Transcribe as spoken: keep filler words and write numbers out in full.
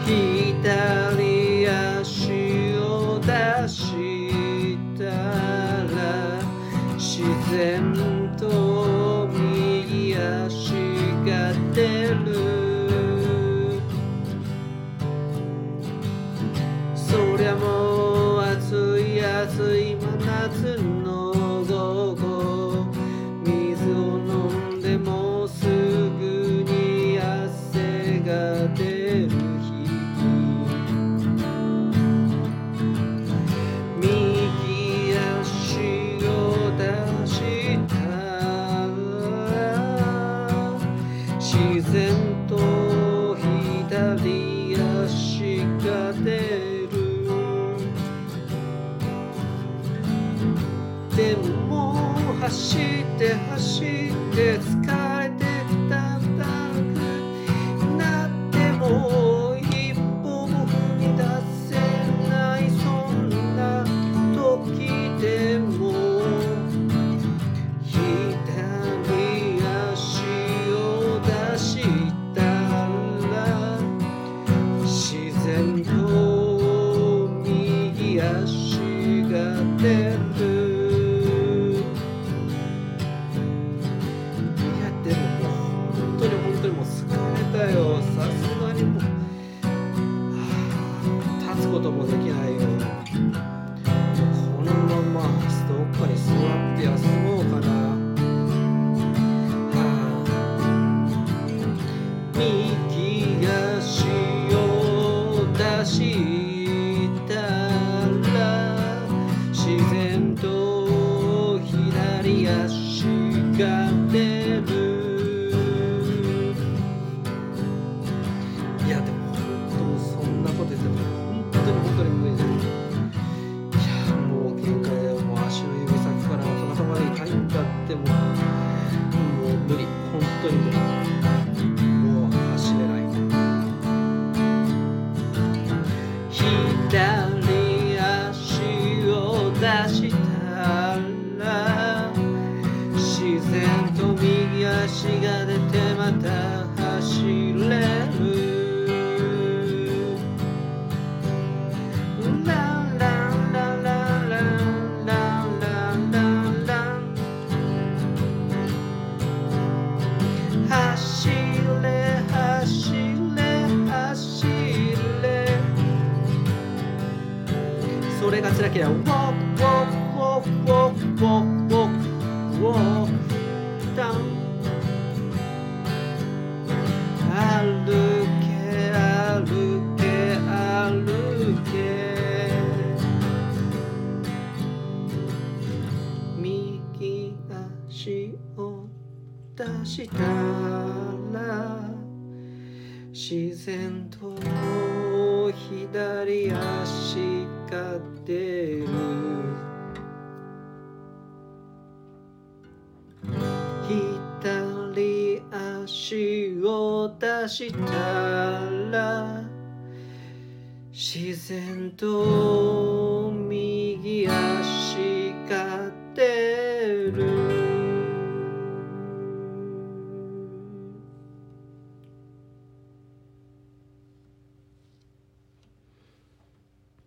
左足を出したら自然と右足が出る。そりゃもう暑い暑い真夏の午後、水を飲んでもすぐに汗が出る日、右足を出したら自然と左足が出る。でももう走って走って疲れてたんだくなっても一歩も踏み出せない、そんな時でも左足を出したら自然と右足が出る。もう疲れたよ。さすがにもう、はあ、立つこともできないよ。このままどっかに座って休もうかな。はあ、右足を出したら自然と左足が出る。いやでも本当もうそんなこと言っても本当に本当に無理で、いやもう限界だよ。もう足の指先から頭頭まで痛いんだって。もうもう無理、本当に無理、もう走れない。左足を出したら自然と右足が出てまた走れる。走れ走れ走れ、それが辛けりゃ Walk walk walk walk walk walk down、 歩け歩け歩け、右足を出したら自然と左足が出る。左足を出したら自然と右足